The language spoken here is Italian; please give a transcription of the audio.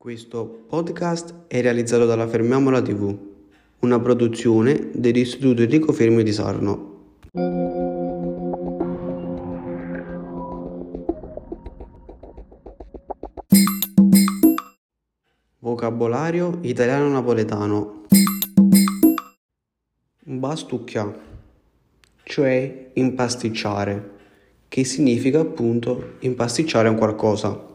Questo podcast è realizzato dalla Fermiamola TV, una produzione dell'Istituto Enrico Fermi di Sarno. Vocabolario italiano napoletano. Bastucchià, cioè impasticciare, che significa appunto impasticciare un qualcosa.